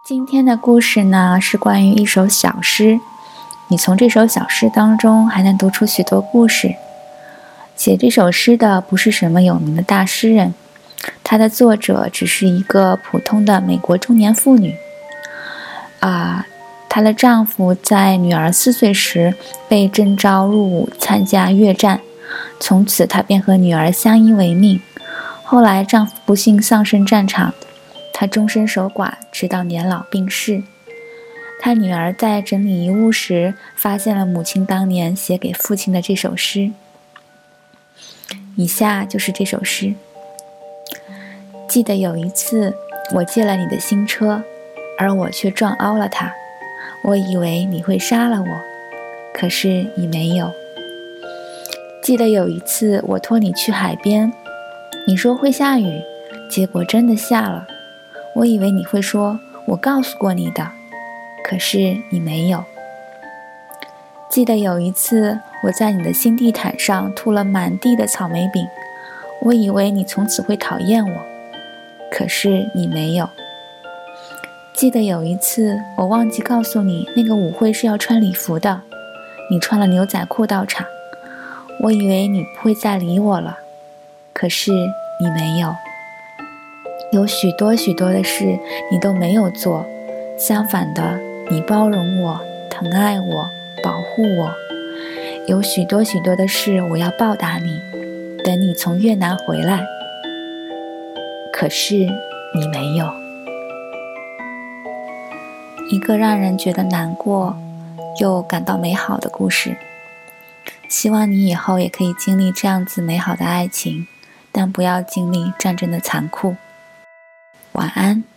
今天的故事呢，是关于一首小诗。你从这首小诗当中还能读出许多故事。写这首诗的不是什么有名的大诗人，它的作者只是一个普通的美国中年妇女。她的丈夫在女儿4岁时被征召入伍参加越战，从此她便和女儿相依为命。后来丈夫不幸丧生战场，她终身守寡，直到年老病逝。她女儿在整理遗物时，发现了母亲当年写给父亲的这首诗。以下就是这首诗。记得有一次，我借了你的新车，而我却撞凹了它。我以为你会杀了我，可是你没有。记得有一次，我拖你去海边，你说会下雨，结果真的下了。我以为你会说，我告诉过你的，可是你没有。记得有一次，我在你的新地毯上吐了满地的草莓饼，我以为你从此会讨厌我，可是你没有。记得有一次，我忘记告诉你那个舞会是要穿礼服的，你穿了牛仔裤到场，我以为你不会再理我了，可是你没有。有许多许多的事你都没有做，相反的，你包容我，疼爱我，保护我。有许多许多的事我要报答你，等你从越南回来，可是你没有。一个让人觉得难过又感到美好的故事。希望你以后也可以经历这样子美好的爱情，但不要经历战争的残酷。晚安。